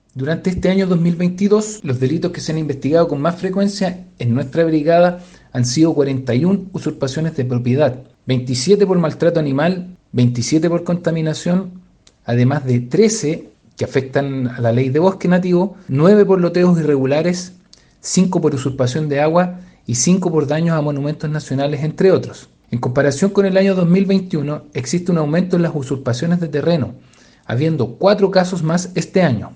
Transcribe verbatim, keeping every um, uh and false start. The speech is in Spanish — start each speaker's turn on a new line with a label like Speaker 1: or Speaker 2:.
Speaker 1: Durante este año dos mil veintidós, los delitos que se han investigado con más frecuencia en nuestra brigada han sido cuarenta y una usurpaciones de propiedad, veintisiete por maltrato animal, veintisiete por contaminación, además de trece que afectan a la ley de bosque nativo, nueve por loteos irregulares, cinco por usurpación de agua y cinco por daños a monumentos nacionales, entre otros. En comparación con el año dos mil veintiuno, existe un aumento en las usurpaciones de terreno, habiendo cuatro casos más este año.